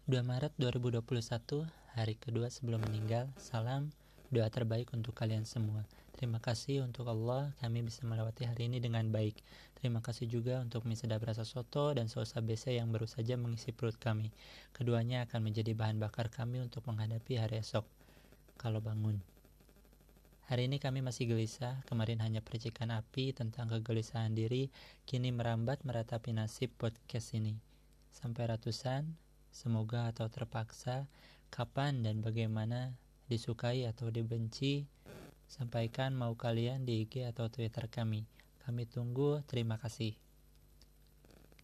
2 Maret 2021, hari kedua sebelum meninggal. Salam, doa terbaik untuk kalian semua. Terima kasih untuk Allah, kami bisa melewati hari ini dengan baik. Terima kasih juga untuk mie sedap rasa soto dan saus ABC yang baru saja mengisi perut kami. Keduanya akan menjadi bahan bakar kami untuk menghadapi hari esok, kalau bangun. Hari ini kami masih gelisah, kemarin hanya percikan api tentang kegelisahan diri, kini merambat meratapi nasib podcast ini. Sampai ratusan, semoga atau terpaksa, kapan dan bagaimana, disukai atau dibenci, sampaikan mau kalian di IG atau Twitter kami. Kami tunggu, terima kasih.